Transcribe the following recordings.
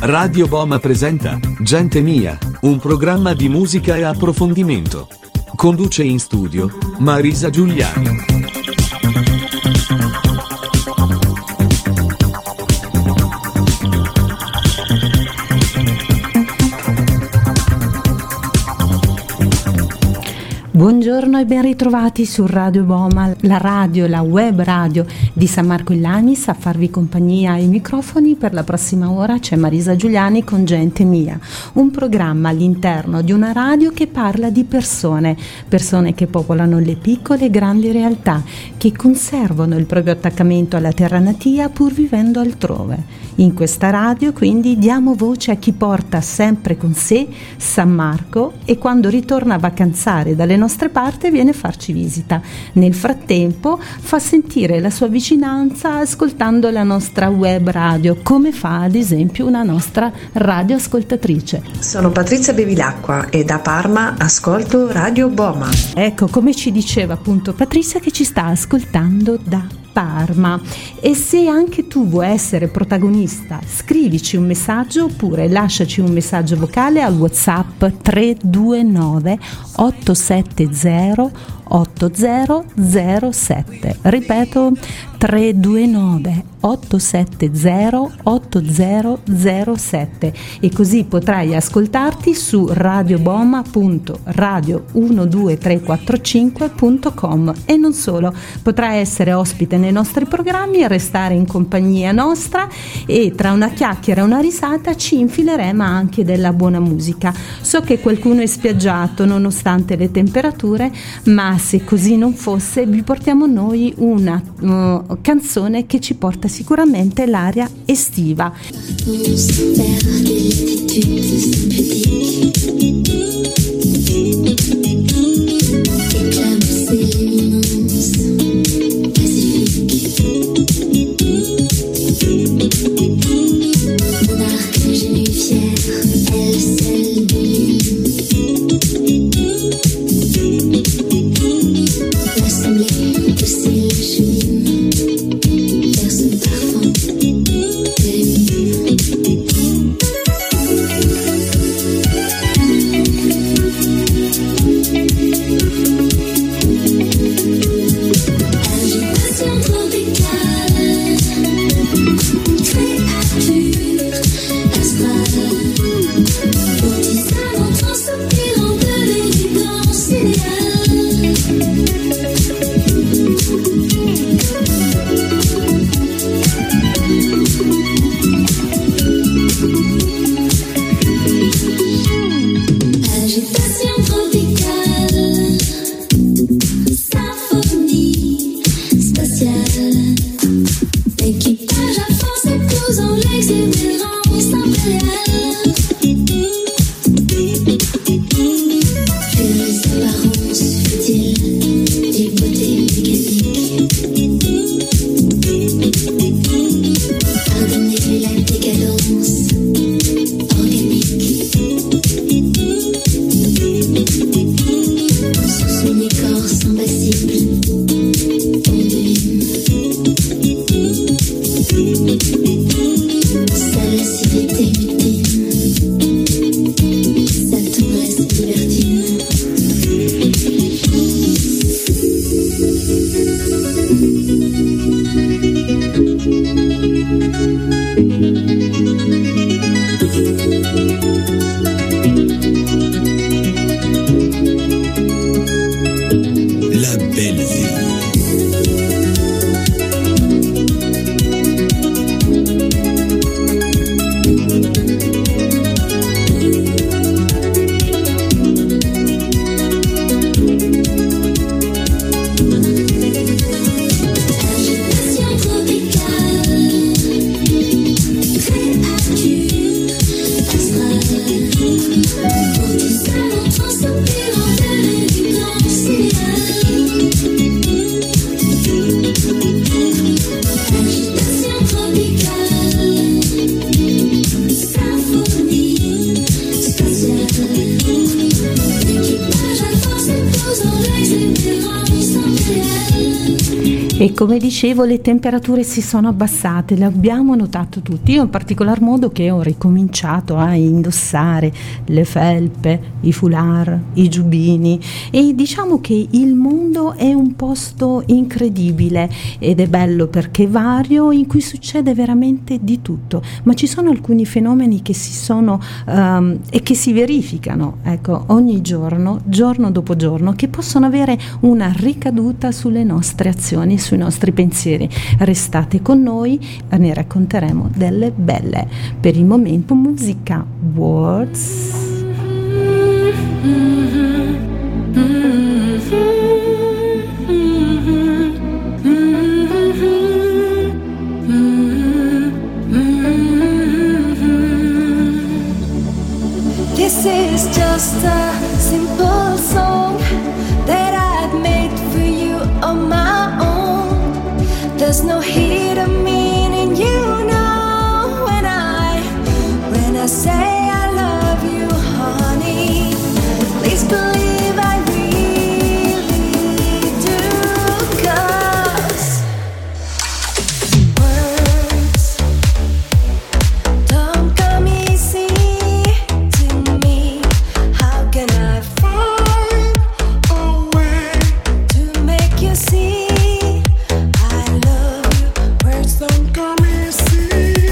Radio Boma presenta Gente Mia, un programma di musica e approfondimento. Conduce in studio Marisa Giuliani. Buongiorno e ben ritrovati su Radio Boma, la radio, la web radio di San Marco in Lamis. A farvi compagnia ai microfoni per la prossima ora c'è Marisa Giuliani con Gente Mia, un programma all'interno di una radio che parla di persone che popolano le piccole e grandi realtà, che conservano il proprio attaccamento alla terra natia pur vivendo altrove. In questa radio quindi diamo voce a chi porta sempre con sé San Marco e quando ritorna a vacanzare dalle nostre parti viene a farci visita. Nel frattempo fa sentire la sua vicinanza ascoltando la nostra web radio, come fa ad esempio una nostra radioascoltatrice. Sono Patrizia Bevilacqua e da Parma ascolto Radio Boma. Ecco, come ci diceva appunto Patrizia, che ci sta ascoltando da Parma. E se anche tu vuoi essere protagonista, scrivici un messaggio oppure lasciaci un messaggio vocale al WhatsApp 329 870 8007. Ripeto, 329 870 8007, e così potrai ascoltarti su radioboma.radio12345.com e non solo, potrai essere ospite nei nostri programmi e restare in compagnia nostra, e tra una chiacchiera e una risata ci infileremo anche della buona musica. So che qualcuno è spiaggiato nonostante le temperature, ma se così non fosse vi portiamo noi una canzone che ci porta sicuramente l'aria estiva. Celle-ci était mutée. E come dicevo, le temperature si sono abbassate, l'abbiamo notato tutti. Io in particolar modo, che ho ricominciato a indossare le felpe, i foulard, i giubbini, e diciamo che il mondo è un posto incredibile ed è bello perché vario, in cui succede veramente di tutto, ma ci sono alcuni fenomeni che si sono e che si verificano, ecco, ogni giorno dopo giorno, che possono avere una ricaduta sulle nostre azioni, sui nostri pensieri. Restate con noi, ne racconteremo delle belle. Per il momento musica Words. This is just a simple song that I've made for you on my own. There's no hidden meaning, you know, when I say I love you, honey. Please believe I really do, 'cause words don't come easy to me. How can I find a way to make you see I love you? Words don't come easy.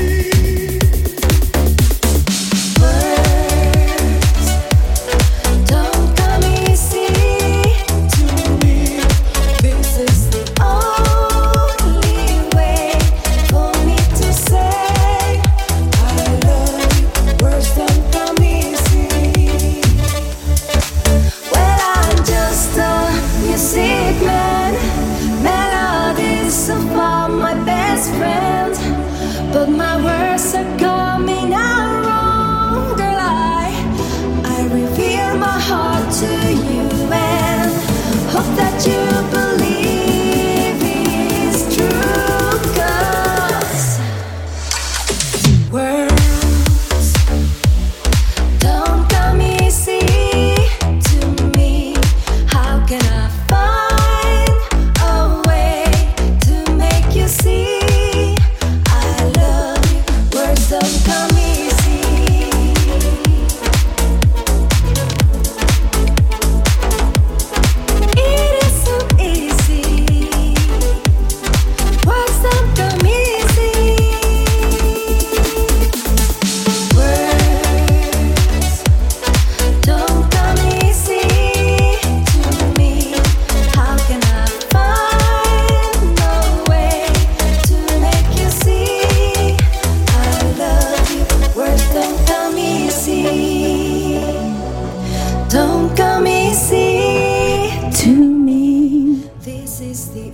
Words don't come easy to me. This is the only way for me to say I love you. Words don't come easy. Well, I'm just a music man. Melodies are my best friend, but my words are coming out wrong. Girl, I reveal my heart to you and hope that you believe it's true, 'cause words don't come easy to me. How can I find a way to make you see I love you? Words don't come easy. It is so easy. Words don't come easy. Words don't come easy to me. How can I find a way to make you see I love you? Words don't come easy. Don't come easy To me. This is the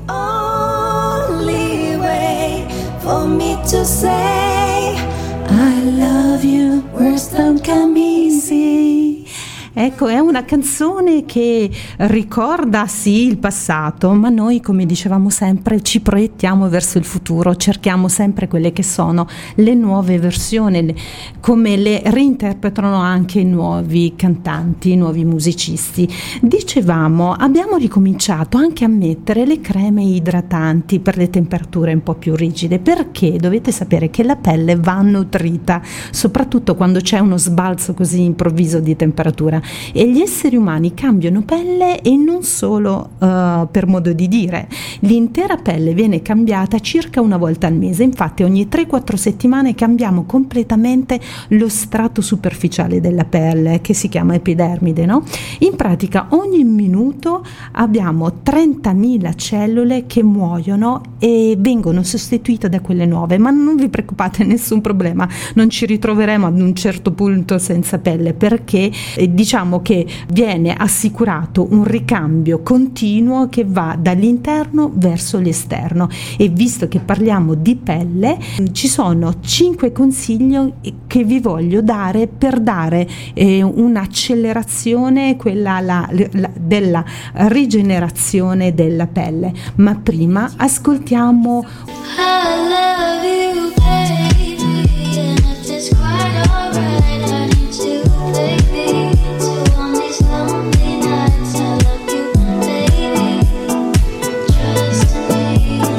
only way for me to say I love you. Words don't come easy. Ecco, è una canzone che ricorda sì il passato, ma noi, come dicevamo sempre, ci proiettiamo verso il futuro, cerchiamo sempre quelle che sono le nuove versioni, come le reinterpretano anche i nuovi cantanti, i nuovi musicisti. Dicevamo, abbiamo ricominciato anche a mettere le creme idratanti per le temperature un po' più rigide, perché dovete sapere che la pelle va nutrita, soprattutto quando c'è uno sbalzo così improvviso di temperatura. E gli esseri umani cambiano pelle, e non solo per modo di dire. L'intera pelle viene cambiata circa una volta al mese, infatti ogni 3-4 settimane cambiamo completamente lo strato superficiale della pelle, che si chiama epidermide, no? In pratica ogni minuto abbiamo 30.000 cellule che muoiono e vengono sostituite da quelle nuove, ma non vi preoccupate, nessun problema, non ci ritroveremo ad un certo punto senza pelle, perché diciamo che viene assicurato un ricambio continuo che va dall'interno verso l'esterno. E visto che parliamo di pelle, ci sono 5 consigli che vi voglio dare per dare un'accelerazione, quella della rigenerazione della pelle. Ma prima ascoltiamo I love you, baby, and if it's quite alright, I need to, baby. So on these lonely nights, I love you, baby. Trust me.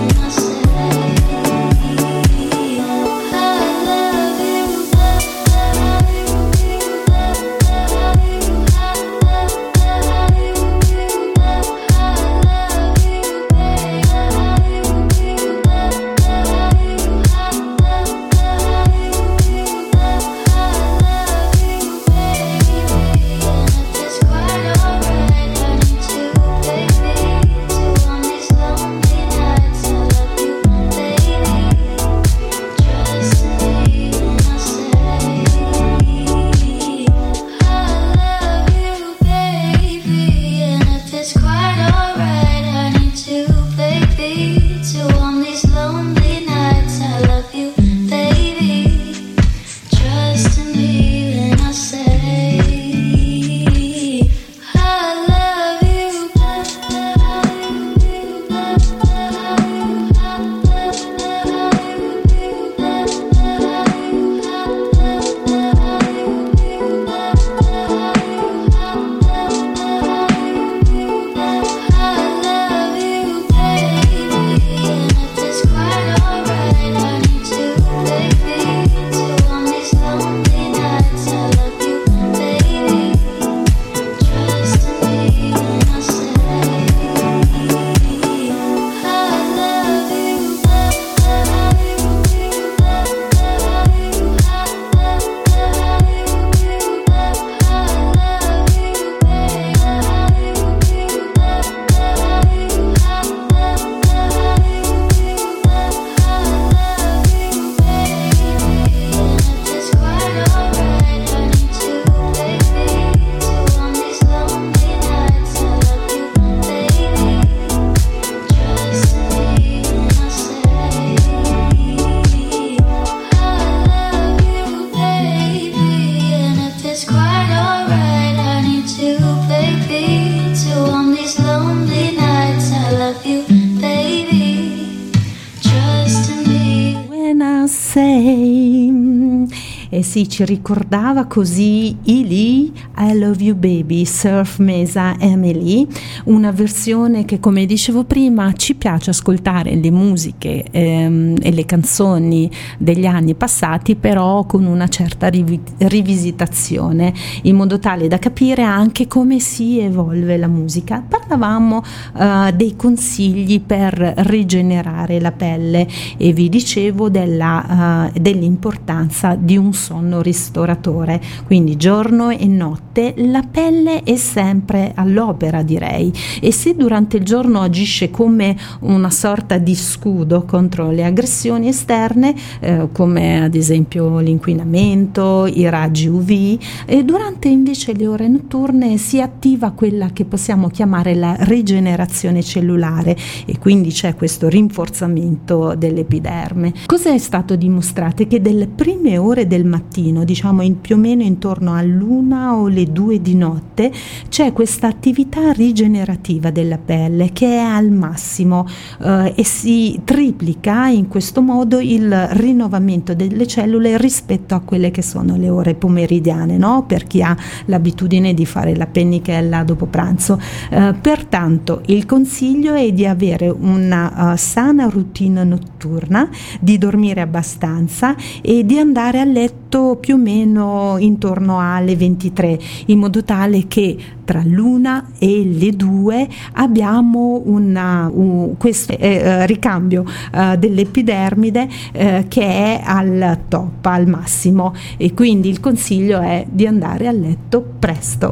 sì, ci ricordava così Ely, I Love You Baby, Surf Mesa Emily, una versione che, come dicevo prima, ci piace ascoltare le musiche e le canzoni degli anni passati, però con una certa rivisitazione, in modo tale da capire anche come si evolve la musica. Parlavamo dei consigli per rigenerare la pelle e vi dicevo dell'importanza di un sonno ristoratore, quindi giorno e notte la pelle è sempre all'opera, direi, e se durante il giorno agisce come una sorta di scudo contro le aggressioni esterne, come ad esempio l'inquinamento, i raggi UV, e durante invece le ore notturne si attiva quella che possiamo chiamare la rigenerazione cellulare, e quindi c'è questo rinforzamento dell'epiderme. Cosa è stato dimostrato? Che delle prime ore del mattino, diciamo più o meno intorno all'1 o le 2 di notte, c'è questa attività rigenerativa della pelle che è al massimo e si triplica in questo modo il rinnovamento delle cellule rispetto a quelle che sono le ore pomeridiane, no? Per chi ha l'abitudine di fare la pennichella dopo pranzo. Pertanto il consiglio è di avere una sana routine notturna, di dormire abbastanza e di andare a letto più o meno intorno alle 23, in modo tale che tra l'1 e le 2 abbiamo questo ricambio dell'epidermide che è al top, al massimo, e quindi il consiglio è di andare a letto presto.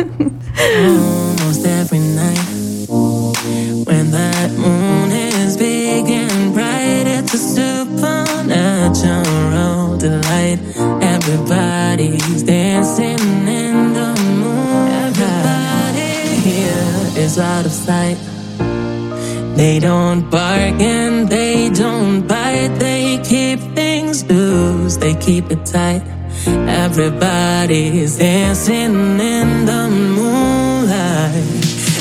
Almost every night when that moon is big and bright, it's a supernatural delight. Everybody's dancing in the moonlight. Everybody here is out of sight. They don't bark and they don't bite. They keep things loose, they keep it tight. Everybody's dancing in the moonlight.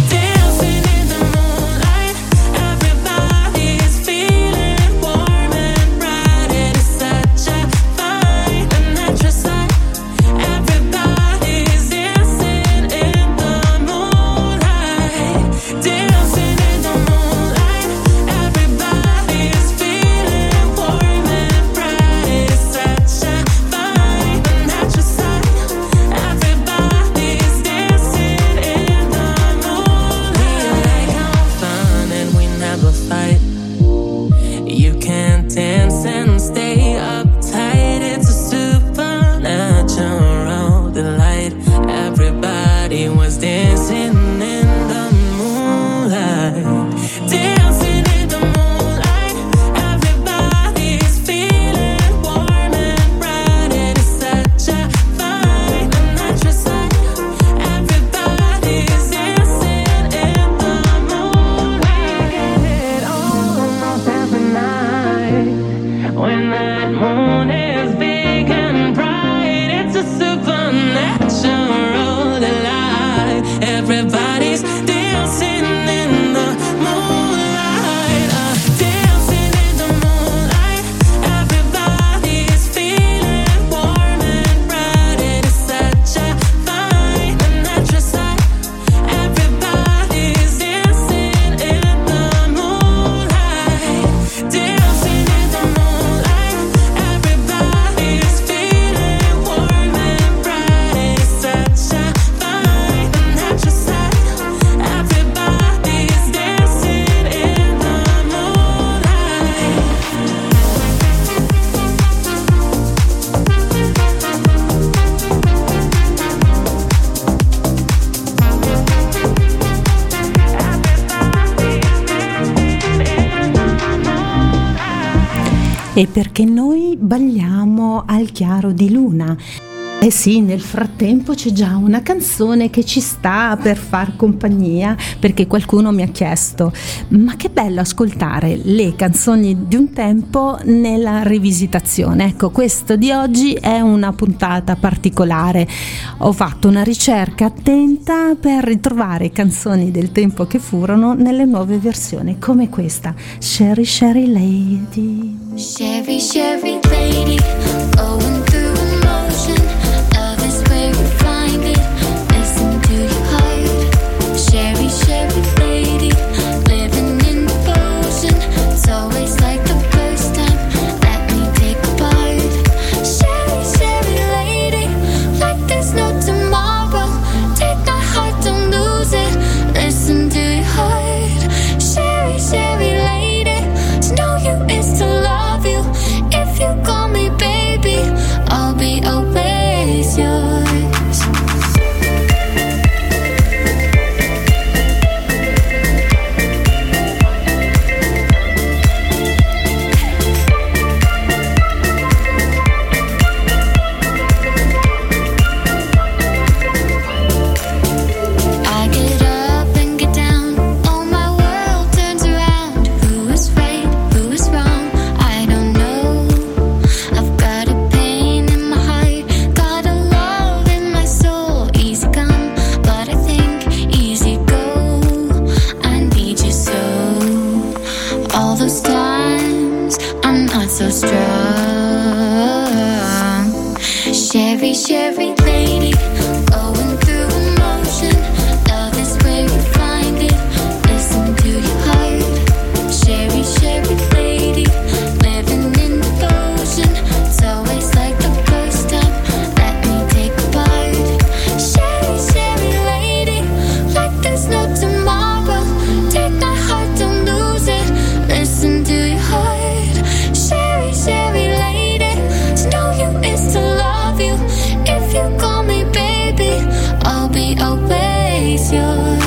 E perché noi balliamo al chiaro di luna. Eh sì, nel frattempo c'è già una canzone che ci sta per far compagnia, perché qualcuno mi ha chiesto: ma che bello ascoltare le canzoni di un tempo nella rivisitazione. Ecco, questo di oggi è una puntata particolare. Ho fatto una ricerca attenta per ritrovare canzoni del tempo che furono nelle nuove versioni, come questa, Sherry Sherry Lady. Sherry, Sherry lady, going through emotion. sherry lady, going through emotion. Love is where you find it. Listen to your heart. Sherry, sherry lady, living in devotion. It's always like the first time. Let me take a bite. Sherry, sherry lady, like there's no tomorrow. Take my heart, don't lose it. Listen to your heart. Sherry, sherry lady, to know you is to love you. If you call me baby, I'll be always yours.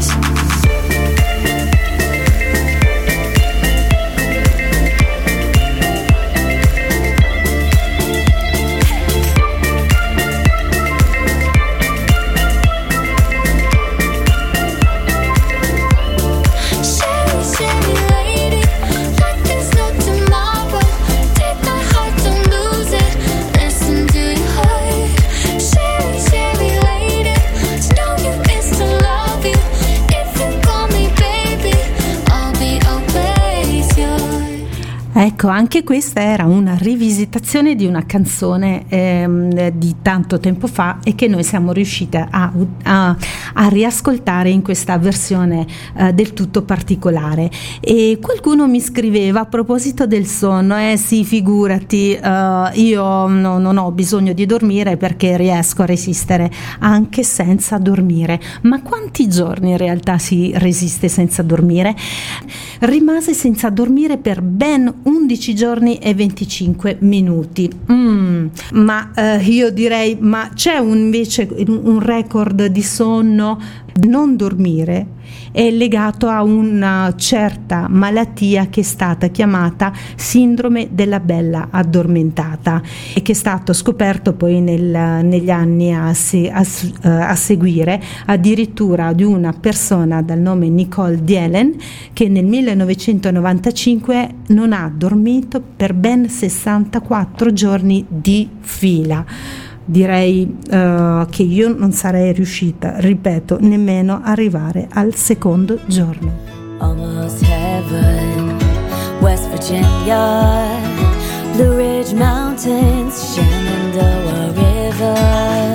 Sherry, sherry lady, like there's no tomorrow. Take my heart, don't lose it. Listen to your heart. Sherry, sherry lady, to know you is to love you. If you call me baby, I'll be always yours. Ecco, anche questa era una rivisitazione di una canzone di tanto tempo fa e che noi siamo riuscite a riascoltare in questa versione del tutto particolare. E qualcuno mi scriveva a proposito del sonno: sì, figurati, io non ho bisogno di dormire perché riesco a resistere anche senza dormire. Ma quanti giorni in realtà si resiste senza dormire? Rimase senza dormire per ben 11 giorni e 25 minuti. Ma io direi, ma c'è invece un record di sonno? Non dormire è legato a una certa malattia che è stata chiamata sindrome della bella addormentata e che è stato scoperto poi negli anni a seguire addirittura di una persona dal nome Nicole Dielen, che nel 1995 non ha dormito per ben 64 giorni di fila. Direi che io non sarei riuscita, ripeto, nemmeno arrivare al secondo giorno. Almost heaven, West Virginia, Blue Ridge Mountains, Shenandoah River.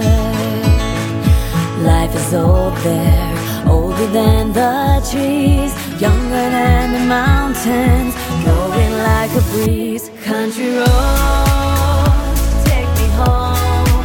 Life is old there, older than the trees, younger than the mountains, blowing like a breeze. Country road, take me home.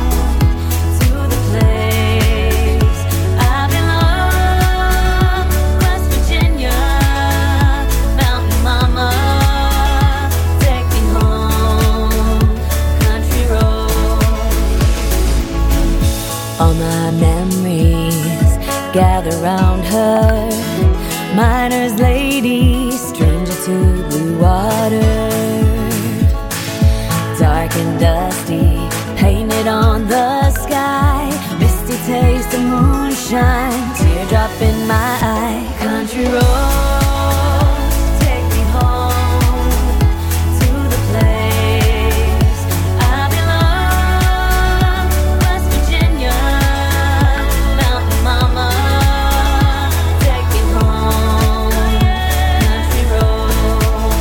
All my memories gather round her, miner's lady, stranger to blue water. Dark and dusty, painted on the sky, misty taste of moonshine, teardrop in my eye. Country road, take me home to the place I belong. West Virginia, Mountain Mama, take me home. Country road.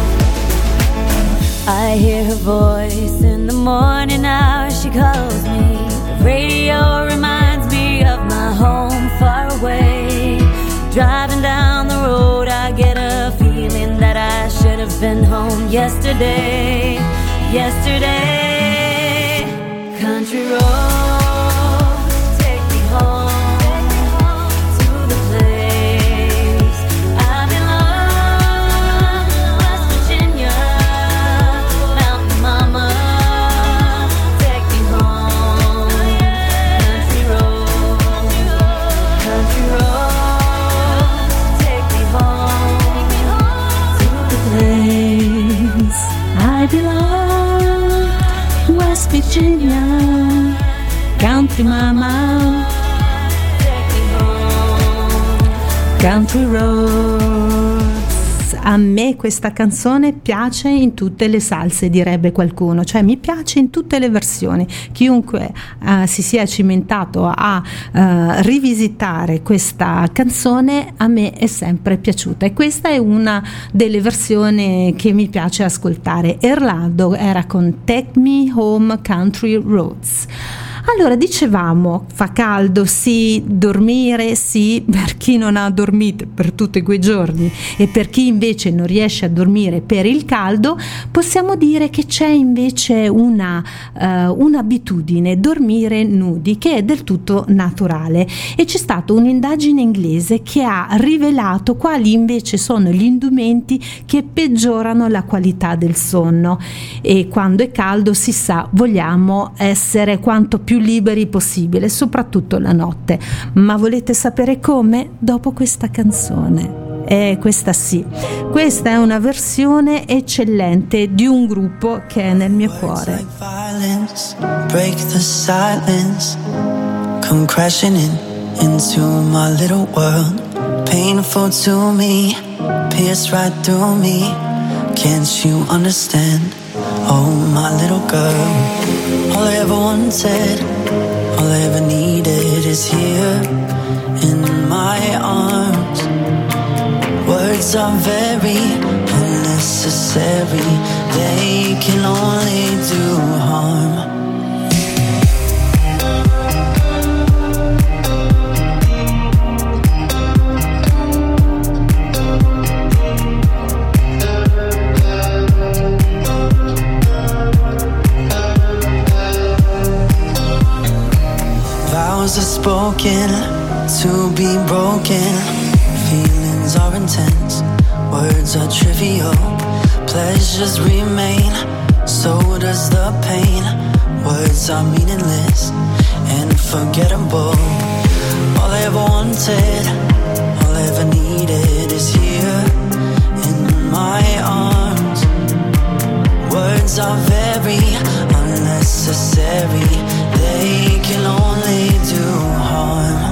I hear her voice in the morning hours, she calls me. The radio reminds me of my home far away. Driving down the road, I get a feeling that I should have been home yesterday. Yesterday, country road, take me home to the place I belong. West Virginia, Mountain Mama, take me home. Country road, country road, take me home to the place I belong. West Virginia, country mama, take me home. Country Roads. A me questa canzone piace in tutte le salse, direbbe qualcuno, cioè mi piace in tutte le versioni. Chiunque si sia cimentato a rivisitare questa canzone, a me è sempre piaciuta, e questa è una delle versioni che mi piace ascoltare. Erlando era con Take Me Home, Country Roads. Allora, dicevamo, fa caldo, sì, dormire, sì, per chi non ha dormito per tutti quei giorni e per chi invece non riesce a dormire per il caldo, possiamo dire che c'è invece un'abitudine, dormire nudi, che è del tutto naturale, e c'è stata un'indagine inglese che ha rivelato quali invece sono gli indumenti che peggiorano la qualità del sonno. E quando è caldo, si sa, vogliamo essere quanto più liberi possibile, soprattutto la notte. Ma volete sapere come? Dopo questa canzone. Questa sì, questa è una versione eccellente di un gruppo che è nel mio cuore. Break the silence, come crashing into my little world. Painful to me, pierce right through me. Can't you understand? Oh, my little girl. All I ever wanted, all I ever needed is here in my arms. Words are very unnecessary, they can only do harm. Vows are spoken to be broken. Feelings are intense, words are trivial. Pleasures remain, so does the pain. Words are meaningless and forgettable. All I ever wanted, all I ever needed is here in my arms. Words are very unnecessary, they can only do harm.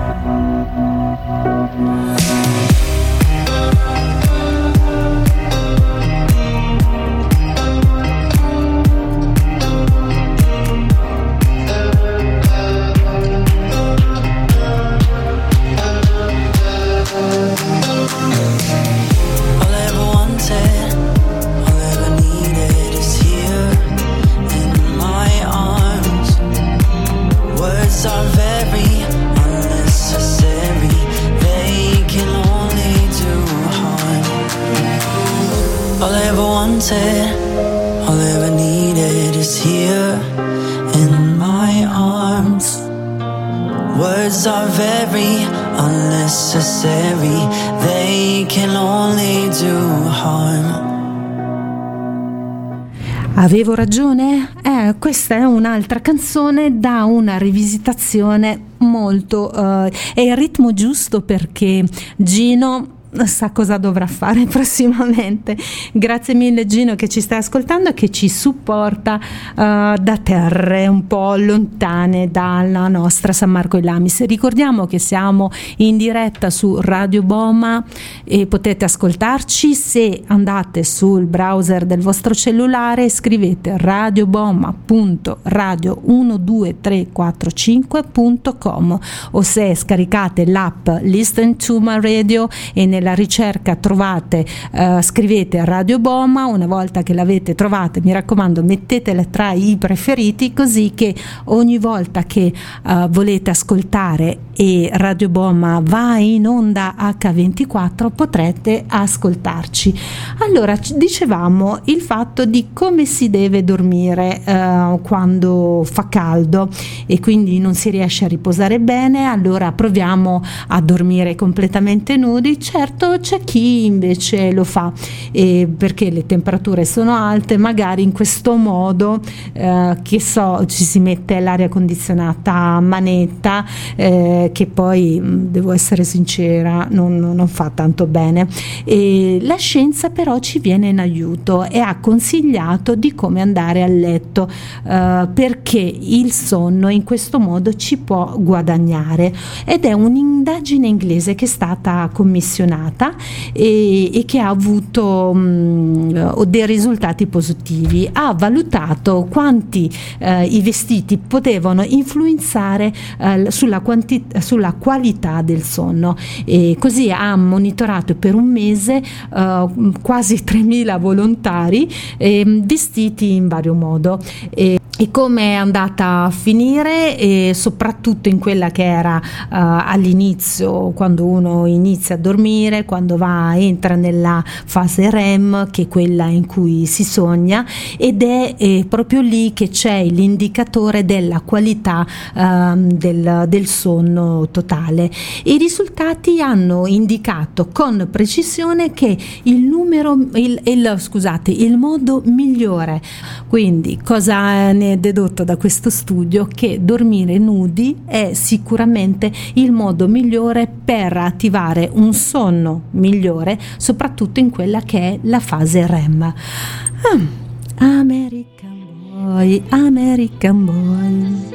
All I ever wanted, all I ever needed is here in my arms. Words are very unnecessary, they can only do harm. All I ever wanted, all I ever needed is here in my arms. Words are very unnecessary, they can only do harm. Avevo ragione? Questa è un'altra canzone da una rivisitazione molto... è il ritmo giusto perché Gino sa cosa dovrà fare prossimamente. Grazie mille Gino che ci stai ascoltando e che ci supporta da terre un po' lontane dalla nostra San Marco in Lamis. Ricordiamo che siamo in diretta su Radio Boma e potete ascoltarci se andate sul browser del vostro cellulare, scrivete radioboma.radio12345.com o se scaricate l'app Listen to My Radio e nella ricerca trovate, scrivete Radio Boma. Una volta che l'avete trovata, mi raccomando, mettetela tra i preferiti, così che ogni volta che volete ascoltare e Radio Boma va in onda H24 potrete ascoltarci. Allora, dicevamo il fatto di come si deve dormire quando fa caldo e quindi non si riesce a riposare bene. Allora proviamo a dormire completamente nudi. Certo, c'è chi invece lo fa perché le temperature sono alte, magari in questo modo che so, ci si mette l'aria condizionata a manetta, che poi devo essere sincera non fa tanto bene. La scienza però ci viene in aiuto e ha consigliato di come andare a letto, perché il sonno in questo modo ci può guadagnare, ed è un'indagine inglese che è stata commissionata e che ha avuto dei risultati positivi. Ha valutato quanti i vestiti potevano influenzare sulla qualità del sonno, e così ha monitorato per un mese quasi 3.000 volontari vestiti in vario modo. E come è andata a finire, e soprattutto in quella che era all'inizio, quando uno inizia a dormire, quando entra nella fase REM, che è quella in cui si sogna, ed è proprio lì che c'è l'indicatore della qualità del sonno totale. I risultati hanno indicato con precisione che il modo migliore, quindi cosa ne è dedotto da questo studio? Che dormire nudi è sicuramente il modo migliore per attivare un sonno migliore, soprattutto in quella che è la fase REM. American Boy.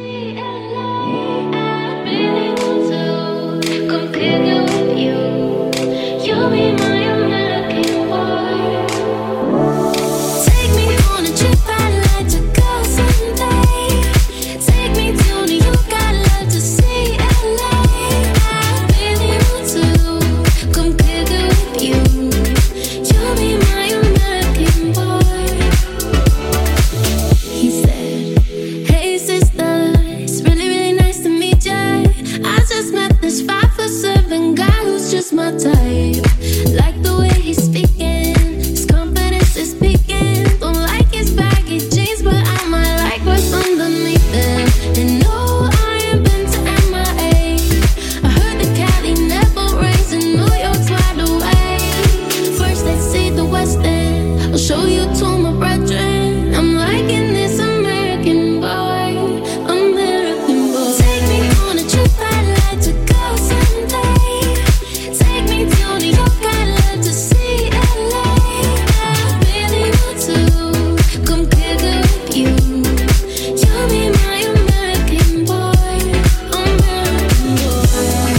My type, like the way he's speaking, his confidence is speaking. Don't like his baggy jeans, but I might like what's underneath them. And no, I ain't been to MIA. I heard the Cali never rains and New York's wide away. First let's see the West End, I'll show you to my brethren. I'm liking this American boy, American boy. Take me on a trip, I'd like to go someday. Take me to New York, I'd love to see LA. I really want to come kick it with you. You'll be my American boy, American boy.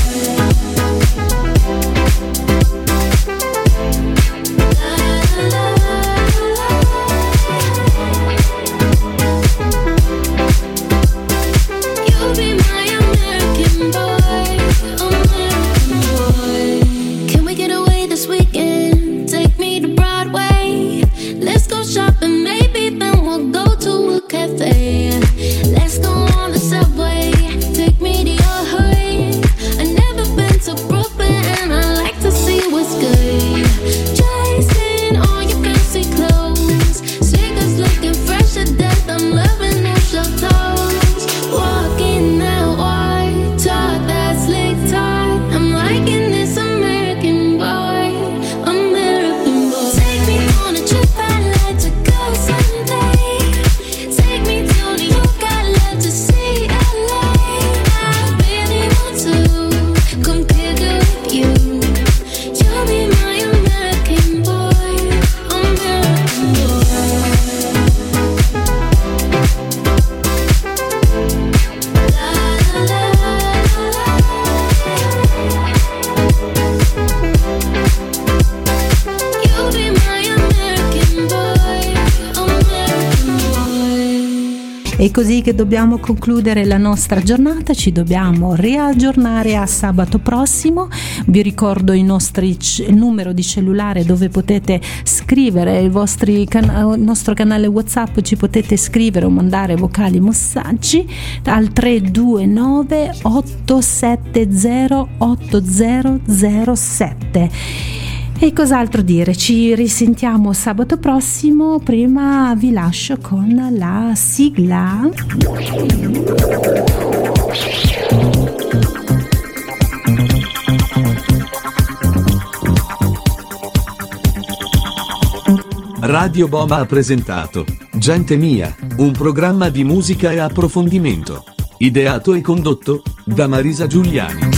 You'll be my American boy, American boy. Can we get away this weekend? Take me to Broadway. Let's go shopping, maybe then we'll go to a cafe. Let's go on the subway. Take me to your hood. I've never been to Brooklyn and I like to see what's good. Dressing all your fancy clothes. Sneakers looking fresh to death. I'm loving those shell toes. Walking that white talk, that slick talk. I'm liking this American boy, American boy. Take me on a trip, I'd like to go someday. Take me to New York, I'd love to see LA. I really want to come kick it with you. You'll be my American boy, American boy. La la la. You'll be my American boy, American boy. È così che dobbiamo concludere la nostra giornata, ci dobbiamo riaggiornare a sabato prossimo. Vi ricordo il numero di cellulare dove potete scrivere il nostro canale WhatsApp, ci potete scrivere o mandare vocali, messaggi al 329 870 8007. E cos'altro dire? Ci risentiamo sabato prossimo. Prima vi lascio con la sigla. Radio Boma ha presentato Gente Mia, un programma di musica e approfondimento. Ideato e condotto da Marisa Giuliani.